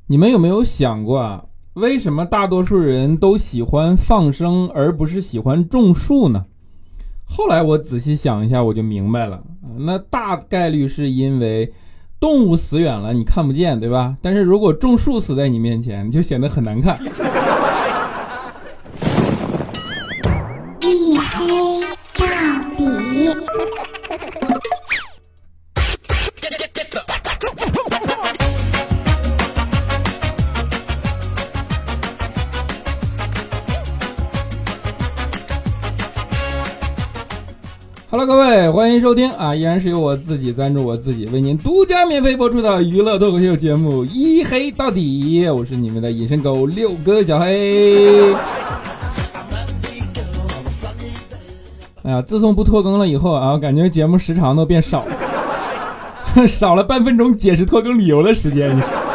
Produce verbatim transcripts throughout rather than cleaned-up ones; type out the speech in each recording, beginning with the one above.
你们有没有想过啊，为什么大多数人都喜欢放生而不是喜欢种树呢？后来我仔细想一下，我就明白了，那大概率是因为动物死远了你看不见，对吧？但是如果种树死在你面前，就显得很难看。 一黑到底。 Hello， 各位，欢迎收听啊！依然是由我自己赞助我自己，为您独家免费播出的娱乐脱口秀节目《一黑到底》，我是你们的隐身狗六哥小黑。哎呀，自从不拖更了以后啊，感觉节目时长都变少了，少了半分钟解释拖更理由的时间。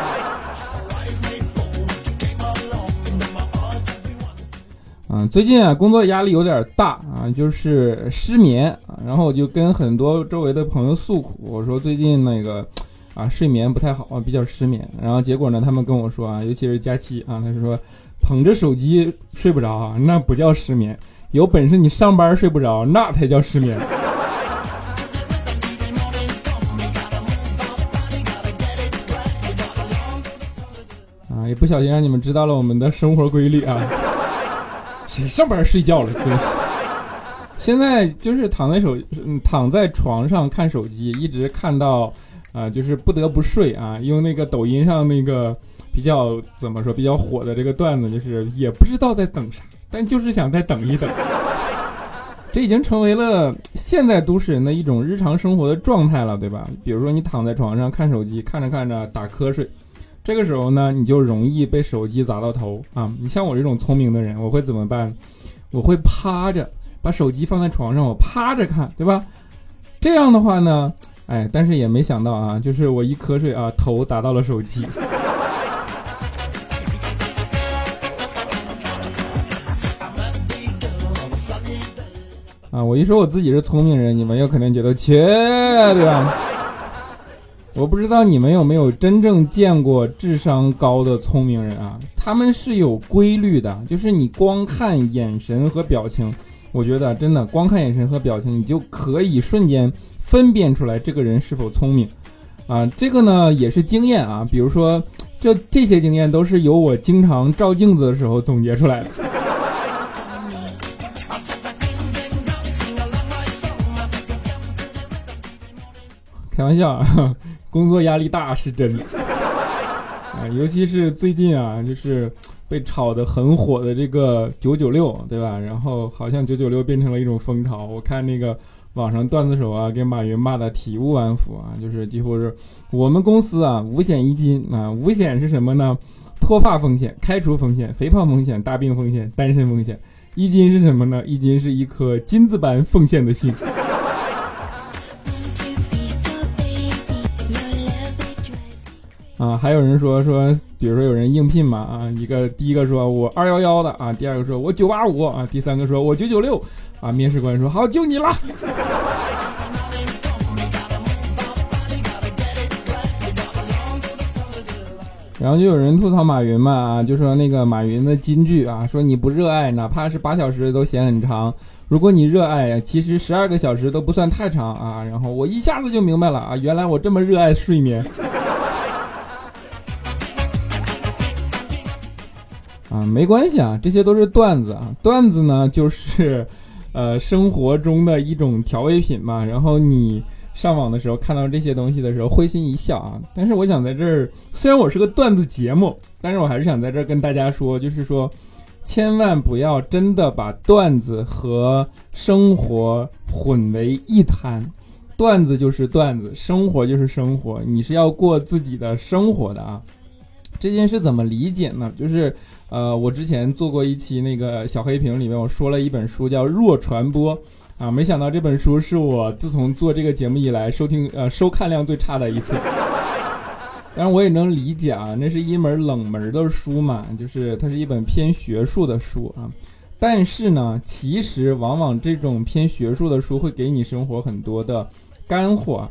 嗯，最近啊，工作压力有点大啊，就是失眠啊。然后我就跟很多周围的朋友诉苦，我说最近那个啊睡眠不太好啊，比较失眠。然后结果呢，他们跟我说啊，尤其是佳期啊，他是说捧着手机睡不着啊，那不叫失眠，有本事你上班睡不着，那才叫失眠。啊，也不小心让你们知道了我们的生活规律啊。谁上班睡觉了，真是！现在就是躺在手躺在床上看手机，一直看到啊、呃，就是不得不睡啊。用那个抖音上那个比较怎么说比较火的这个段子，就是也不知道在等啥，但就是想再等一等。这已经成为了现在都市人的一种日常生活的状态了，对吧？比如说你躺在床上看手机，看着看着打瞌睡。这个时候呢，你就容易被手机砸到头啊！你像我这种聪明的人，我会怎么办？我会趴着把手机放在床上，我趴着看，对吧？这样的话呢，哎，但是也没想到啊，就是我一瞌睡啊，头砸到了手机。啊，我一说我自己是聪明人，你们有可能觉得切，对吧？我不知道你们有没有真正见过智商高的聪明人啊？他们是有规律的，就是你光看眼神和表情，我觉得真的光看眼神和表情，你就可以瞬间分辨出来这个人是否聪明啊。这个呢也是经验啊，比如说这这些经验都是由我经常照镜子的时候总结出来的。开玩笑啊，工作压力大是真的啊，尤其是最近啊，就是被炒得很火的这个九九六，对吧？然后好像九九六变成了一种风潮。我看那个网上段子手啊，给马云骂的体无完肤啊，就是几乎是我们公司啊五险一金啊，五险是什么呢？脱发风险、开除风险、肥胖风险、大病风险、单身风险。一金是什么呢？一金是一颗金子般奉献的心。啊，还有人说说，比如说有人应聘嘛啊，一个第一个说我二一一的啊，第二个说我九八五啊，第三个说我九九六啊，面试官说好就你了。然后就有人吐槽马云嘛啊，就说那个马云的金句啊，说你不热爱，哪怕是八小时都嫌很长；如果你热爱，其实十二个小时都不算太长啊。然后我一下子就明白了啊，原来我这么热爱睡眠。啊，没关系啊，这些都是段子啊。段子呢，就是呃生活中的一种调味品嘛。然后你上网的时候看到这些东西的时候，会心一笑啊。但是我想在这儿，虽然我是个段子节目，但是我还是想在这儿跟大家说，就是说，千万不要真的把段子和生活混为一谈。段子就是段子，生活就是生活，你是要过自己的生活的啊。这件事怎么理解呢？就是呃，我之前做过一期那个小黑屏里面，我说了一本书叫《弱传播》啊，没想到这本书是我自从做这个节目以来收听呃收看量最差的一次。当然我也能理解啊，那是一门冷门的书嘛，就是它是一本偏学术的书啊。但是呢，其实往往这种偏学术的书会给你生活很多的干货。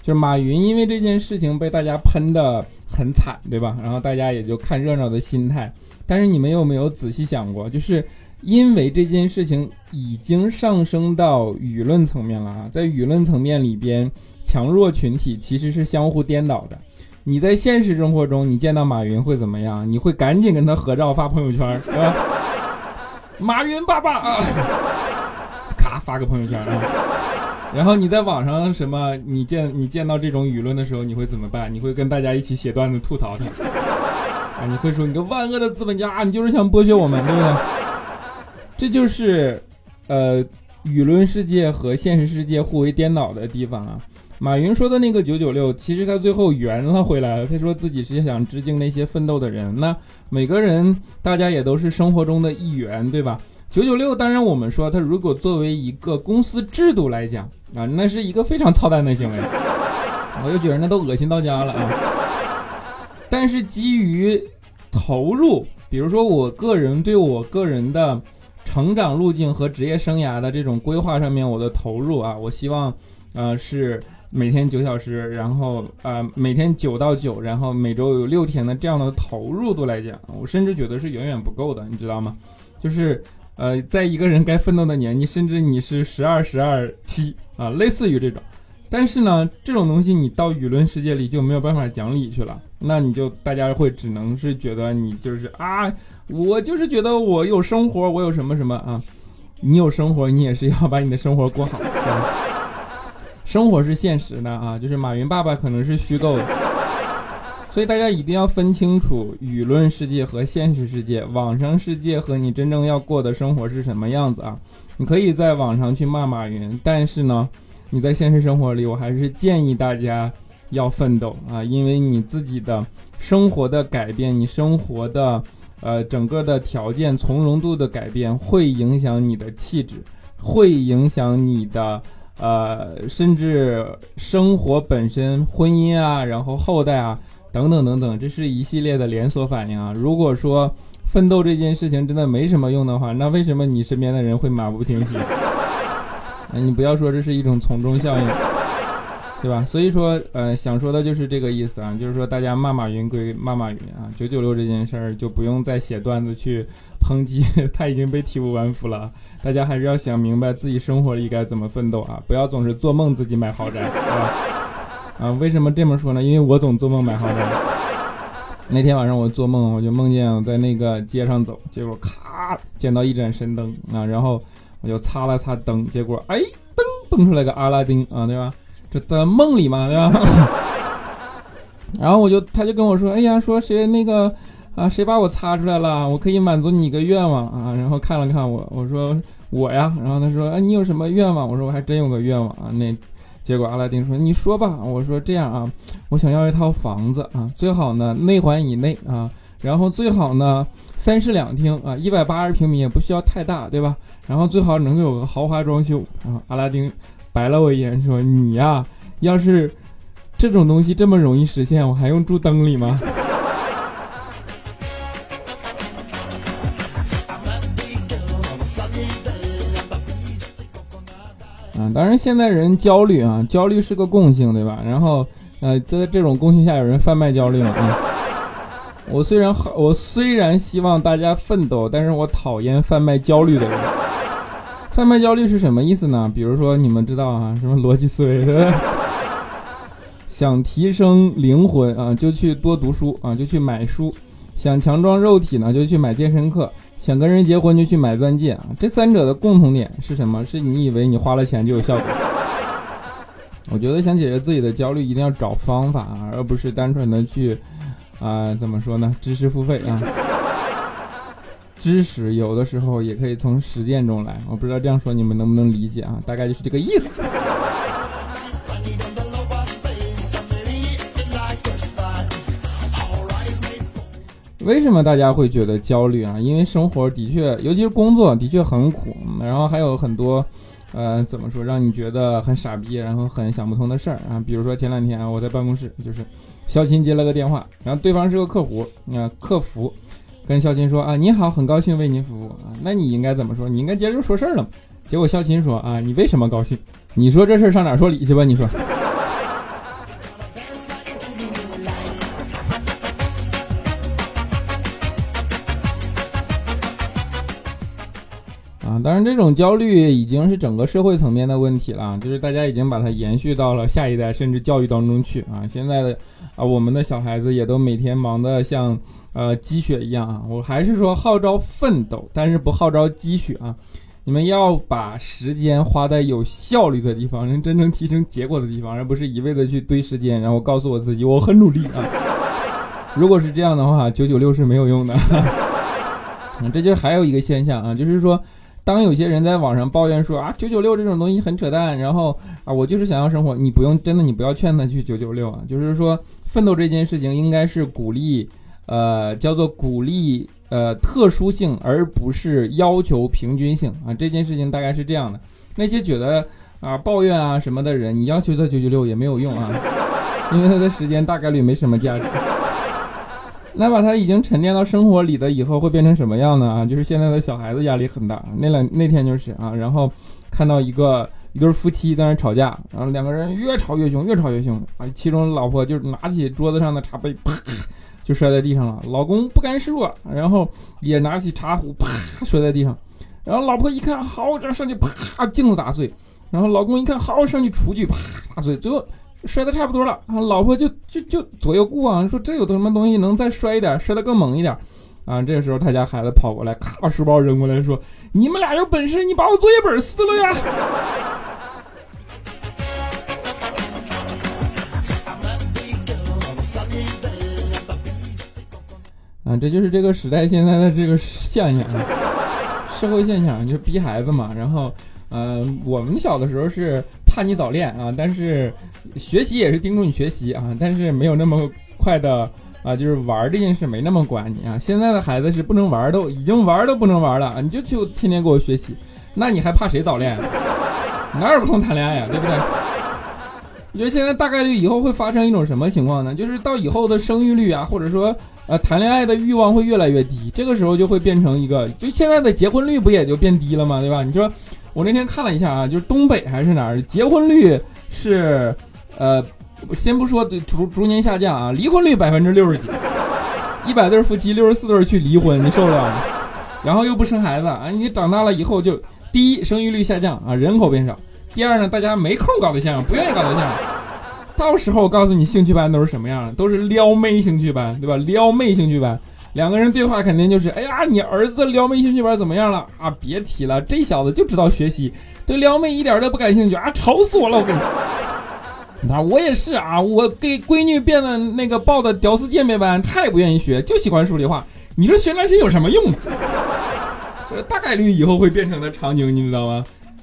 就是马云因为这件事情被大家喷得很惨，对吧？然后大家也就看热闹的心态。但是你们有没有仔细想过，就是因为这件事情已经上升到舆论层面了啊，在舆论层面里边，强弱群体其实是相互颠倒的。你在现实生活中，你见到马云会怎么样？你会赶紧跟他合照发朋友圈，对吧？马云爸爸啊，咔发个朋友圈啊。然后你在网上什么，你见你见到这种舆论的时候，你会怎么办？你会跟大家一起写段子吐槽他啊？你会说你个万恶的资本家，你就是想剥削我们，对不对？这就是呃舆论世界和现实世界互为颠倒的地方啊。马云说的那个九九六，其实他最后圆了回来了。他说自己是想致敬那些奋斗的人。那每个人，大家也都是生活中的一员，对吧？九九六，当然我们说，它如果作为一个公司制度来讲啊，那是一个非常操蛋的行为。我就觉得那都恶心到家了啊。但是基于投入，比如说我个人对我个人的成长路径和职业生涯的这种规划上面，我的投入啊，我希望呃是每天九小时，然后呃每天九到九，然后每周有六天的这样的投入度来讲，我甚至觉得是远远不够的，你知道吗？就是呃在一个人该奋斗的年纪，甚至你是十二十二七啊，类似于这种。但是呢，这种东西你到舆论世界里就没有办法讲理去了，那你就大家会只能是觉得你就是啊，我就是觉得我有生活，我有什么什么啊，你有生活，你也是要把你的生活过好。生活是现实的啊，就是马云爸爸可能是虚构的，所以大家一定要分清楚舆论世界和现实世界，网上世界和你真正要过的生活是什么样子啊。你可以在网上去骂马云，但是呢你在现实生活里，我还是建议大家要奋斗啊，因为你自己的生活的改变，你生活的呃整个的条件从容度的改变，会影响你的气质，会影响你的呃甚至生活本身，婚姻啊，然后后代啊等等等等，这是一系列的连锁反应啊。如果说奋斗这件事情真的没什么用的话，那为什么你身边的人会马不停蹄？你不要说这是一种从众效应，对吧？所以说呃想说的就是这个意思啊，就是说大家骂马云归骂马云啊，九九六这件事儿就不用再写段子去抨击，他已经被体无完肤了。大家还是要想明白自己生活里该怎么奋斗啊，不要总是做梦自己买豪宅，对吧？啊，为什么这么说呢？因为我总做梦买豪宅。那天晚上我做梦，我就梦见我在那个街上走，结果咔见到一盏神灯啊，然后我就擦了擦灯，结果哎灯蹦出来个阿拉丁啊，对吧？这在梦里嘛，对吧？然后我就他就跟我说，哎呀，说谁那个啊谁把我擦出来了，我可以满足你一个愿望啊。然后看了看我，我说我呀，然后他说哎你有什么愿望？我说我还真有个愿望啊。那结果阿拉丁说你说吧。我说这样啊，我想要一套房子啊，最好呢内环以内啊，然后最好呢三室两厅啊，一百八十平米也不需要太大，对吧？然后最好能够有个豪华装修啊。阿拉丁白了我一眼说，你呀要是这种东西这么容易实现，我还用住灯里吗？啊，当然现在人焦虑啊，焦虑是个共性，对吧？然后呃在这种共性下有人贩卖焦虑了啊。我虽然我虽然希望大家奋斗，但是我讨厌贩卖焦虑的人。贩卖焦虑是什么意思呢？比如说你们知道啊，什么逻辑思维的，想提升灵魂啊，就去多读书啊，就去买书；想强壮肉体呢，就去买健身课；想跟人结婚就去买钻戒啊。这三者的共同点是什么？是你以为你花了钱就有效果。我觉得想解决自己的焦虑，一定要找方法啊，而不是单纯的去啊、呃，怎么说呢？知识付费啊。知识有的时候也可以从实践中来，我不知道这样说你们能不能理解啊？大概就是这个意思。为什么大家会觉得焦虑啊？因为生活的确，尤其是工作的确很苦，然后还有很多呃，怎么说让你觉得很傻逼，然后很想不通的事儿啊。比如说前两天啊，我在办公室，就是肖琴接了个电话，然后对方是个客服啊，客服跟肖琴说啊，你好，很高兴为您服务啊。那你应该怎么说？你应该接着说事儿了。结果肖琴说啊，你为什么高兴？你说这事儿上哪说理去吧？你说。 啊，当然这种焦虑已经是整个社会层面的问题了，就是大家已经把它延续到了下一代甚至教育当中去啊。现在的啊，我们的小孩子也都每天忙得像呃鸡血一样啊。我还是说号召奋斗，但是不号召鸡血啊。你们要把时间花在有效率的地方，能真正提升结果的地方，而不是一味的去堆时间，然后告诉我自己我很努力啊。如果是这样的话，九九六是没有用的。嗯，这就是还有一个现象啊，就是说当有些人在网上抱怨说啊九九六这种东西很扯淡，然后啊我就是想要生活，你不用真的你不要劝他去九九六啊，就是说奋斗这件事情应该是鼓励呃叫做鼓励呃特殊性，而不是要求平均性啊，这件事情大概是这样的。那些觉得啊抱怨啊什么的人，你要求他九九六也没有用啊，因为他的时间大概率没什么价值。那把它已经沉淀到生活里的以后会变成什么样呢？啊，就是现在的小孩子压力很大。那两那天就是啊，然后看到一个一对夫妻在那吵架，然后两个人越吵越凶，越吵越凶啊。其中老婆就拿起桌子上的茶杯，啪就摔在地上了。老公不甘示弱，然后也拿起茶壶，啪摔在地上。然后老婆一看好，这上去啪镜子打碎。然后老公一看好，上去厨具啪打碎。最后摔得差不多了啊，老婆就就就左右顾啊，说这有什么东西能再摔一点，摔得更猛一点啊。这个时候他家孩子跑过来，咔把书包扔过来说：“你们俩有本事，你把我作业本撕了呀！”啊，这就是这个时代现在的这个现象，社会现象，就是逼孩子嘛。然后，呃，我们小的时候是怕你早恋啊，但是学习也是盯住你学习啊，但是没有那么快的啊，就是玩这件事没那么管你啊。现在的孩子是不能玩都已经玩都不能玩了，你就就天天给我学习，那你还怕谁早恋啊？哪有空谈恋爱呀，对不对？我觉得现在大概率以后会发生一种什么情况呢？就是到以后的生育率啊，或者说呃谈恋爱的欲望会越来越低，这个时候就会变成一个，就现在的结婚率不也就变低了吗？对吧？你说我那天看了一下啊，就是东北还是哪儿，结婚率是呃，先不说逐逐年下降啊，离婚率百分之六十几，一百对夫妻六十四对去离婚，你受不了吗？然后又不生孩子啊，你长大了以后就第一生育率下降啊，人口变少。第二呢，大家没空搞对象，不愿意搞对象。到时候我告诉你，兴趣班都是什么样的，都是撩妹兴趣班，对吧？撩妹兴趣班，两个人对话肯定就是，哎呀，你儿子的撩妹兴趣班怎么样了啊？别提了，这小子就知道学习，对撩妹一点都不感兴趣啊，愁死我了！我跟你说，那我也是啊，我给闺女变的那个报的屌丝鉴别班，她也不愿意学，就喜欢数理化。你说学那些有什么用？这大概率以后会变成的场景，你知道吗？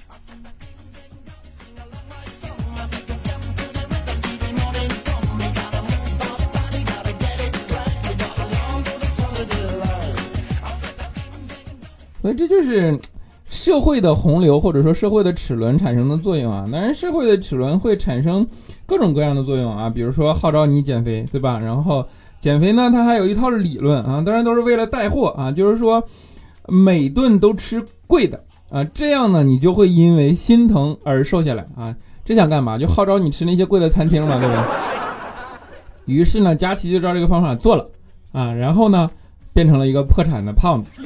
所以这就是社会的洪流，或者说社会的齿轮产生的作用啊。当然社会的齿轮会产生各种各样的作用啊，比如说号召你减肥，对吧？然后减肥呢，它还有一套理论啊，当然都是为了带货啊，就是说每顿都吃贵的啊，这样呢你就会因为心疼而瘦下来啊。这想干嘛？就号召你吃那些贵的餐厅嘛，对吧？于是呢，佳琪就照这个方法做了啊，然后呢变成了一个破产的胖子。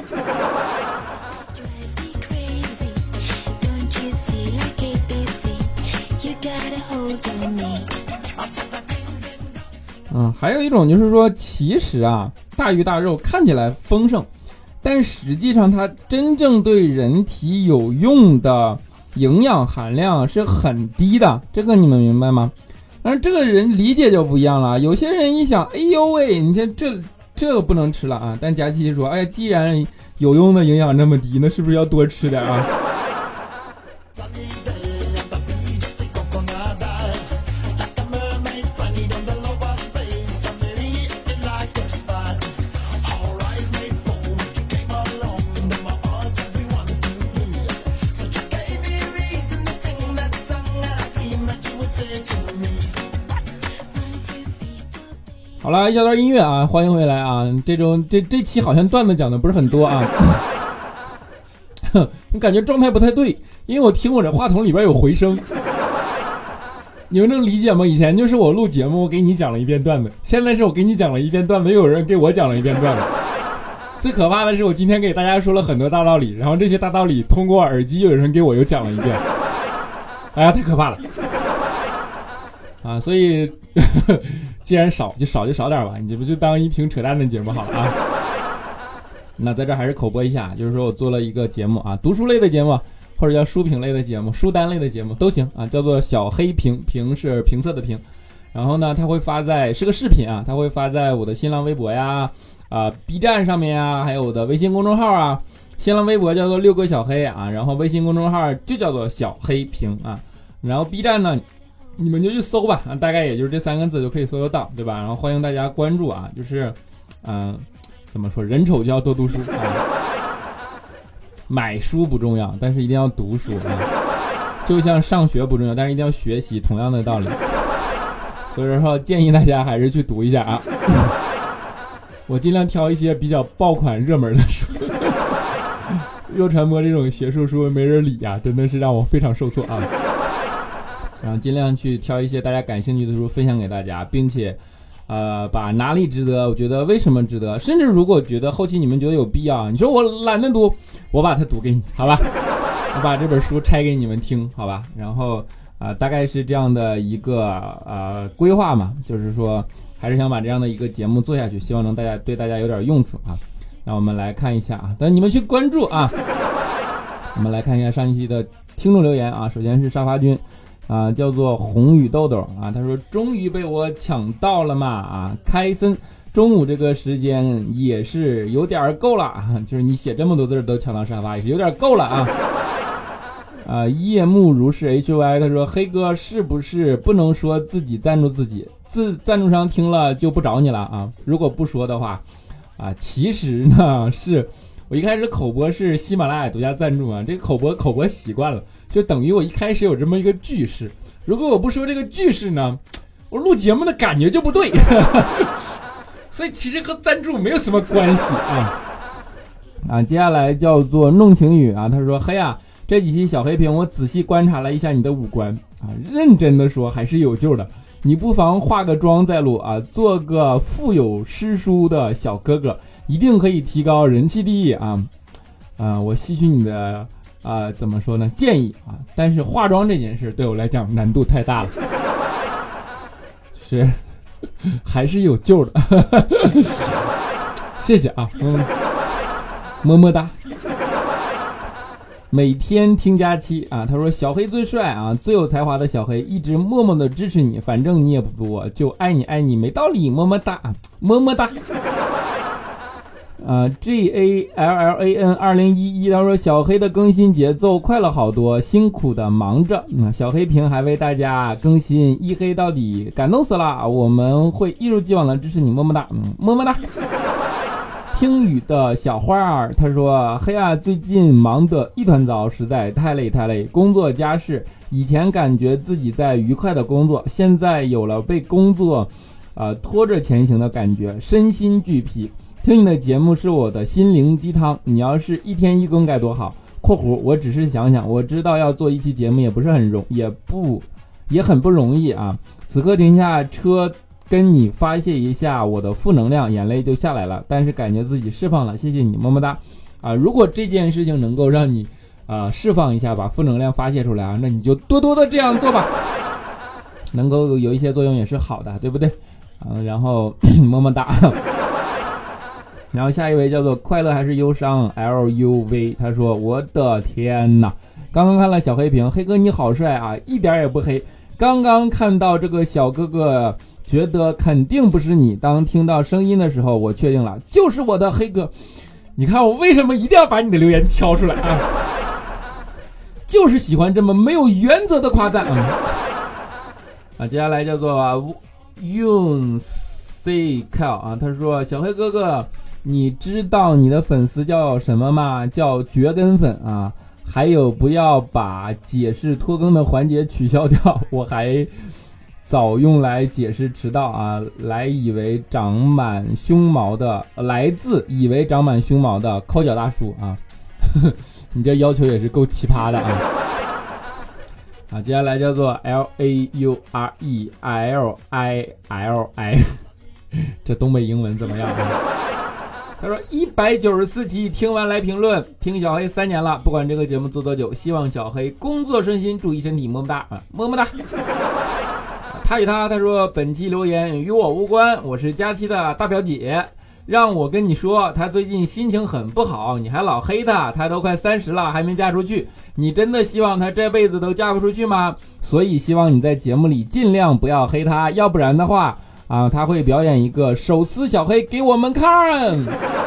嗯，还有一种就是说，其实啊，大鱼大肉看起来丰盛，但实际上它真正对人体有用的营养含量是很低的，这个你们明白吗？但是这个人理解就不一样了，有些人一想，哎呦喂，你看这这个不能吃了啊，但佳琪说，哎，既然有用的营养那么低，那是不是要多吃点啊？好了，一小段音乐啊，欢迎回来啊！这种这这期好像段子讲的不是很多啊，你感觉状态不太对，因为我听我这话筒里边有回声，你们能理解吗？以前就是我录节目，我给你讲了一遍段子，现在是我给你讲了一遍段子，又有人给我讲了一遍段子， 最可怕的是我今天给大家说了很多大道理，然后这些大道理通过耳机有人给我又讲了一遍，哎呀太可怕了啊！所以呵呵既然少就少就少点吧，你这不就当一听扯淡的节目好了啊。那在这还是口播一下，就是说我做了一个节目啊，读书类的节目或者叫书评类的节目，书单类的节目都行啊，叫做小黑评，评是评测的评。然后呢，它会发在是个视频啊，它会发在我的新浪微博呀、啊、呃、B 站上面呀，还有我的微信公众号啊。新浪微博叫做六个小黑啊，然后微信公众号就叫做小黑评啊。然后 B 站呢，你们就去搜吧啊，大概也就是这三个字就可以搜得到，对吧？然后欢迎大家关注啊，就是嗯、呃，怎么说，人丑就要多读书啊。买书不重要，但是一定要读书啊。就像上学不重要，但是一定要学习，同样的道理。所以说建议大家还是去读一下啊。我尽量挑一些比较爆款热门的书。热传播这种学术书没人理啊，真的是让我非常受挫啊。然后尽量去挑一些大家感兴趣的书分享给大家，并且呃把哪里值得，我觉得为什么值得，甚至如果觉得后期你们觉得有必要，你说我懒得读，我把它读给你，好吧？我把这本书拆给你们听，好吧？然后啊、呃，大概是这样的一个呃规划嘛，就是说还是想把这样的一个节目做下去，希望能大家对大家有点用处啊。那我们来看一下啊，等你们去关注啊。我们来看一下上一期的听众留言啊，首先是沙发君啊，叫做红雨豆豆啊，他说终于被我抢到了嘛啊，开森。中午这个时间也是有点够了啊，就是你写这么多字都抢到沙发也是有点够了啊。啊，夜幕如是 H Y 他说黑哥是不是不能说自己赞助自己，自赞助商听了就不找你了啊？如果不说的话啊，其实呢是我一开始口播是喜马拉雅独家赞助啊，这个口播口播习惯了，就等于我一开始有这么一个句式，如果我不说这个句式呢，我录节目的感觉就不对。所以其实和赞助没有什么关系啊。啊，接下来叫做弄晴雨啊，他说嘿啊，这几期小黑屏我仔细观察了一下你的五官啊，认真的说还是有救的，你不妨化个妆再录啊，做个腹有诗书的小哥哥，一定可以提高人气第一啊。啊，我吸取你的啊怎么说呢建议啊，但是化妆这件事对我来讲难度太大了，是还是有救的。谢谢啊，嗯，么么哒。每天听假期啊，他说小黑最帅啊，最有才华的小黑，一直默默的支持你，反正你也不多，就爱你爱你没道理，么么哒，么么哒。啊 ，G A L L A N 二零一一，他说小黑的更新节奏快了好多，辛苦的忙着。嗯，小黑屏还为大家更新一黑到底，感动死了，我们会一如既往的支持你，么么哒，嗯，么么哒。听雨的小花儿他说黑啊，最近忙得一团糟，实在太累太累，工作家事，以前感觉自己在愉快的工作，现在有了被工作呃拖着前行的感觉，身心俱疲。听你的节目是我的心灵鸡汤，你要是一天一更该多好。括弧我只是想想，我知道要做一期节目也不是很容也不也很不容易啊。此刻停下车跟你发泄一下我的负能量，眼泪就下来了，但是感觉自己释放了，谢谢你，么么哒啊！如果这件事情能够让你啊、呃、释放一下，把负能量发泄出来啊，那你就多多的这样做吧，能够有一些作用也是好的，对不对？啊，然后么么哒。然后下一位叫做快乐还是忧伤 L U V， 他说我的天哪，刚刚看了小黑屏，黑哥你好帅啊，一点也不黑，刚刚看到这个小哥哥觉得肯定不是你，当听到声音的时候我确定了就是我的黑哥。你看我为什么一定要把你的留言挑出来啊，就是喜欢这么没有原则的夸赞啊。啊，接下来叫做 Yun C Cal 啊，他说小黑哥哥你知道你的粉丝叫什么吗？叫绝根粉啊！还有不要把解释拖更的环节取消掉，我还早用来解释迟到啊，来以为长满胸毛的来自以为长满胸毛的抠脚大叔啊，呵呵，你这要求也是够奇葩的啊！啊，接下来叫做 L A U R E L I L I， 这东北英文怎么样啊？ 他说一百九十四期听完来评论，听小黑三年了，不管这个节目做多久，希望小黑工作顺心，注意身体，么么哒啊，么么哒。他与他他说本期留言与我无关，我是佳期的大表姐，让我跟你说他最近心情很不好，你还老黑他，他都快三十了还没嫁出去，你真的希望他这辈子都嫁不出去吗？所以希望你在节目里尽量不要黑他，要不然的话啊，他会表演一个手撕小黑给我们看。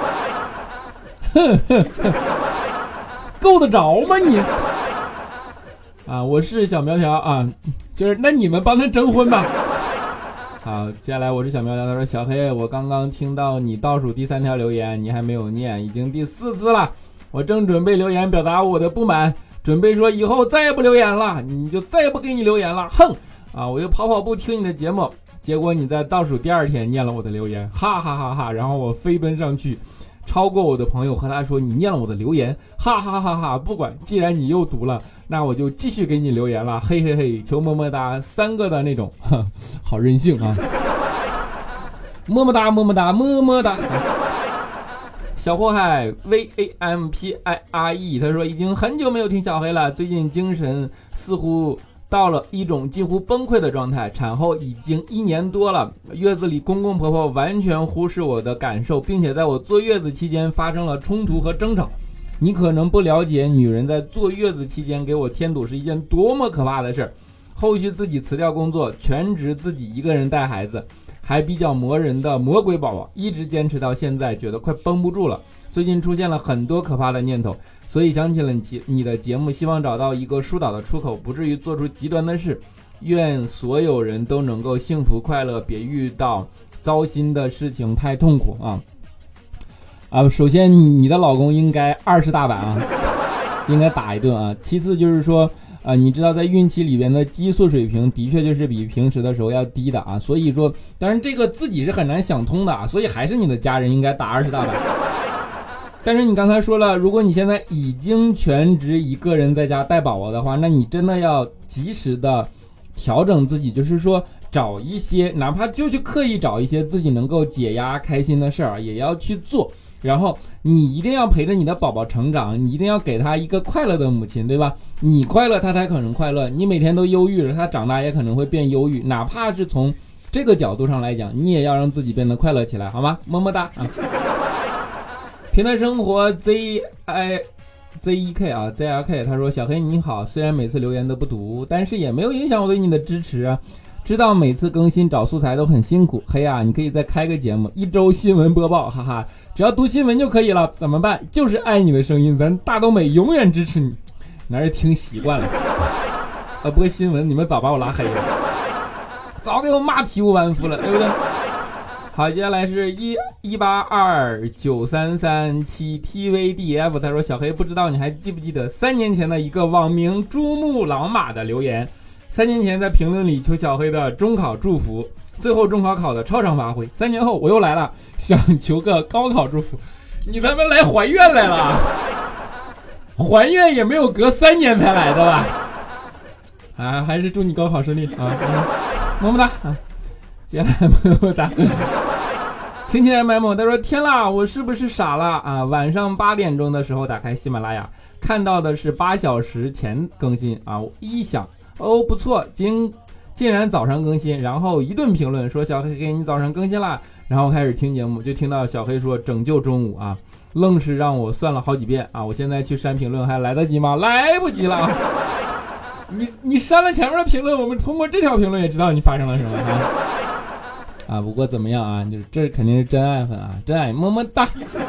够得着吗你？啊，我是小苗条啊，就是那你们帮他征婚吧。好，接下来我是小苗条，他说小黑，我刚刚听到你倒数第三条留言，你还没有念，已经第四次了，我正准备留言表达我的不满，准备说以后再也不留言了，你就再也不给你留言了，哼！啊，我就跑跑步听你的节目。结果你在倒数第二天念了我的留言，哈哈哈哈！然后我飞奔上去，超过我的朋友和他说你念了我的留言，哈哈哈哈！不管，既然你又读了，那我就继续给你留言了，嘿嘿嘿，求么么哒，三个的那种，呵好任性啊！么么哒么么哒么么哒。小祸害 V A M P I R E 他说已经很久没有听小黑了，最近精神似乎到了一种近乎崩溃的状态，产后已经一年多了，月子里公公婆婆完全忽视我的感受，并且在我坐月子期间发生了冲突和争吵。你可能不了解女人在坐月子期间给我添堵是一件多么可怕的事儿。后续自己辞掉工作，全职自己一个人带孩子，还比较磨人的魔鬼宝宝，一直坚持到现在，觉得快绷不住了。最近出现了很多可怕的念头，所以想起了你的节目，希望找到一个疏导的出口，不至于做出极端的事。愿所有人都能够幸福快乐，别遇到糟心的事情太痛苦啊！啊，首先你的老公应该二十大板啊，应该打一顿啊。其次就是说，啊，你知道在孕期里边的激素水平的确就是比平时的时候要低的啊，所以说，当然这个自己是很难想通的啊，所以还是你的家人应该打二十大板。但是你刚才说了，如果你现在已经全职一个人在家带宝宝的话，那你真的要及时的调整自己，就是说找一些，哪怕就去刻意找一些自己能够解压开心的事儿，也要去做。然后你一定要陪着你的宝宝成长，你一定要给他一个快乐的母亲，对吧？你快乐他才可能快乐，你每天都忧郁了，他长大也可能会变忧郁。哪怕是从这个角度上来讲，你也要让自己变得快乐起来，好吗？么么哒啊！平淡生活 Z I Z E K 啊 Z R K 他说小黑你好，虽然每次留言都不读，但是也没有影响我对你的支持啊。知道每次更新找素材都很辛苦，黑啊，你可以再开个节目，一周新闻播报，哈哈，只要读新闻就可以了。怎么办？就是爱你的声音，咱大东北永远支持你。你还是听习惯了啊，播新闻你们早把我拉黑了，早给我骂体无完肤了，对不对？好，接下来是一一八二九三三七 T V D F， 他说小黑不知道你还记不记得三年前的一个网名珠穆朗玛的留言。三年前在评论里求小黑的中考祝福，最后中考考的超常发挥。三年后我又来了，想求个高考祝福。你他妈来还愿来了？还愿也没有隔三年才来的吧？啊，还是祝你高考顺利啊！么么哒啊！接下来么么哒。亲亲 M M 他说天啦，我是不是傻了啊？晚上八点钟的时候打开喜马拉雅，看到的是八小时前更新啊，我一想。哦，不错，竟竟然早上更新，然后一顿评论说小黑给你早上更新啦，然后开始听节目，就听到小黑说拯救中午啊，愣是让我算了好几遍啊！我现在去删评论还来得及吗？来不及了啊！你你删了前面的评论，我们通过这条评论也知道你发生了什么啊！啊，不过怎么样啊？就是这肯定是真爱粉啊，真爱，么么哒！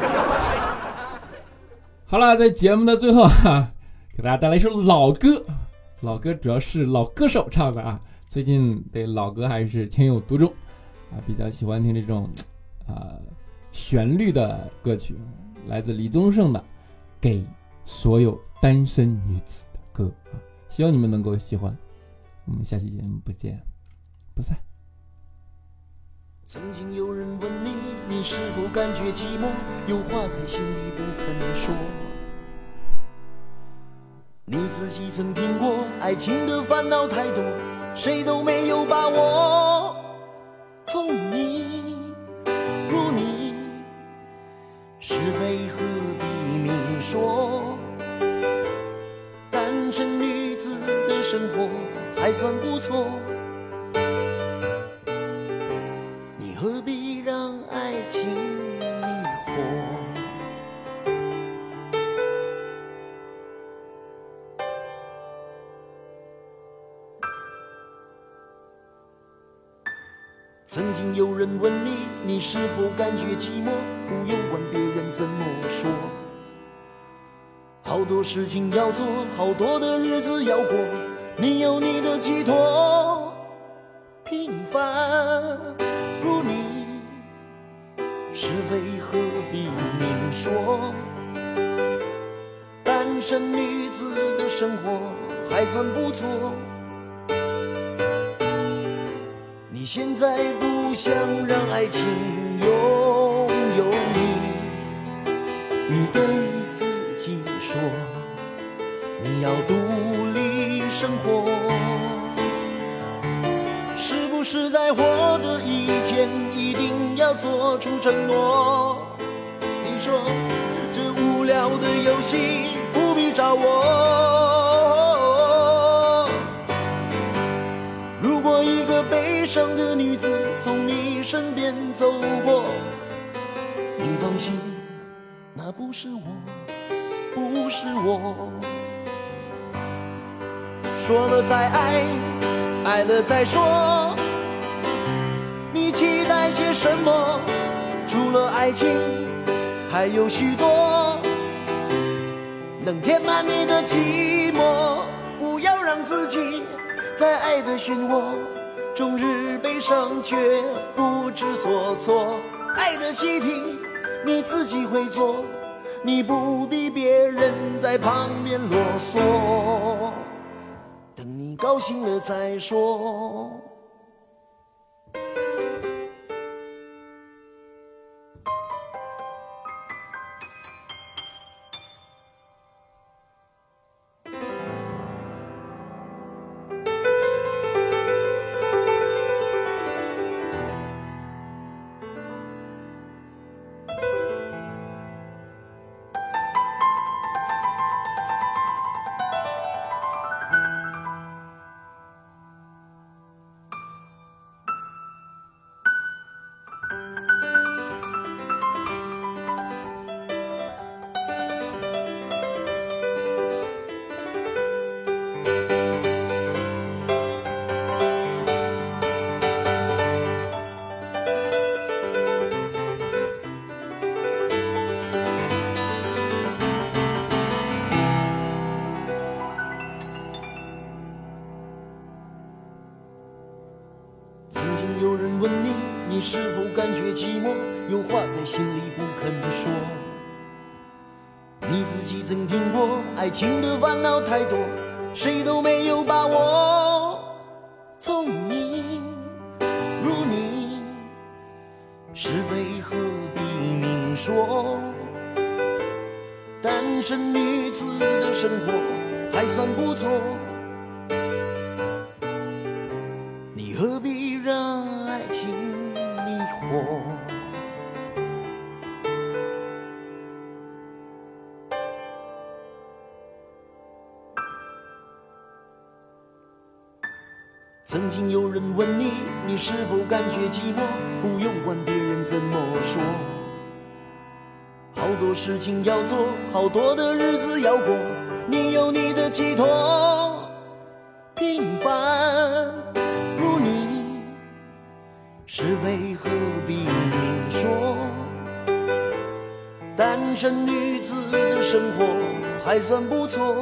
好了，在节目的最后啊，给大家带来一首老歌。老歌主要是老歌手唱的啊，最近对老歌还是情有独钟啊，比较喜欢听这种啊旋律的歌曲，来自李宗盛的《给所有单身女子的歌》啊，希望你们能够喜欢。我们下期节目不见不散。 曾经有人问你，你是否感觉寂寞？有话在心里不肯说。你自己曾听过，爱情的烦恼太多，谁都没有把握。聪明如你， 非何必明说？单身女子的生活还算不错，你何必让爱情迷惑？曾经有人问你，你是否感觉寂寞？不用管别人怎么说，好多事情要做，好多的日子要过，你有你的寄托。平凡如你，是非何必明说？单身女子的生活还算不错，你现在不想让爱情拥有你，你对自己说，你要独立生活。是不是在活的以前一定要做出承诺？你说这无聊的游戏不必找我。如果一个悲伤的女子从你身边走过，你放心，那不是我，不是我。说了再爱，爱了再说，你期待些什么？除了爱情还有许多能填满你的寂寞。不要让自己在爱的漩涡终日悲伤却不知所措。爱的习题你自己会做，你不必别人在旁边啰嗦，等你高兴了再说。有人问你，你是否感觉寂寞？有话在心里不肯说。你自己曾听过，爱情的烦恼太多，谁都没有把握。聪明如你，是非何必明说？单身女子的生活还算不错，你何必让爱情迷惑？曾经有人问你，你是否感觉寂寞？不用管别人怎么说，好多事情要做，好多的日子要过，你有你的寄托。平凡如你，是非何必明说？单身女子的生活还算不错，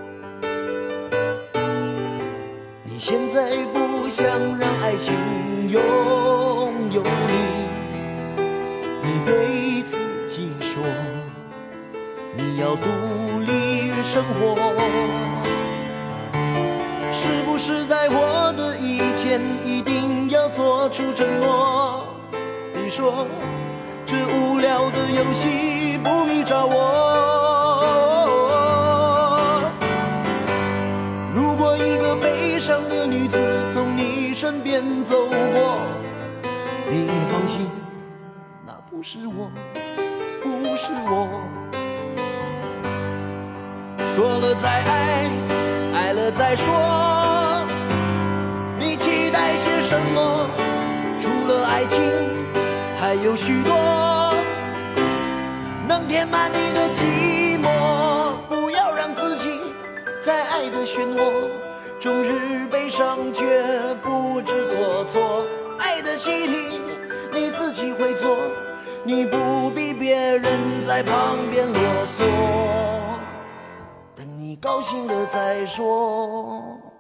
你现在不想让爱情拥有你，你对自己说，你要独立生活。是不是在我的以前一定要做出承诺？你说这无聊的游戏不必找我。如果一个悲伤的女子从你身边走过，你放心，那不是我，不是我。说了再爱，爱了再说，你期待些什么？除了爱情还有许多能填满你的寂寞。不要让自己在爱的漩涡终日悲伤却不知所措。爱的习题你自己会做，你不必别人在旁边啰嗦，等你高兴了再说。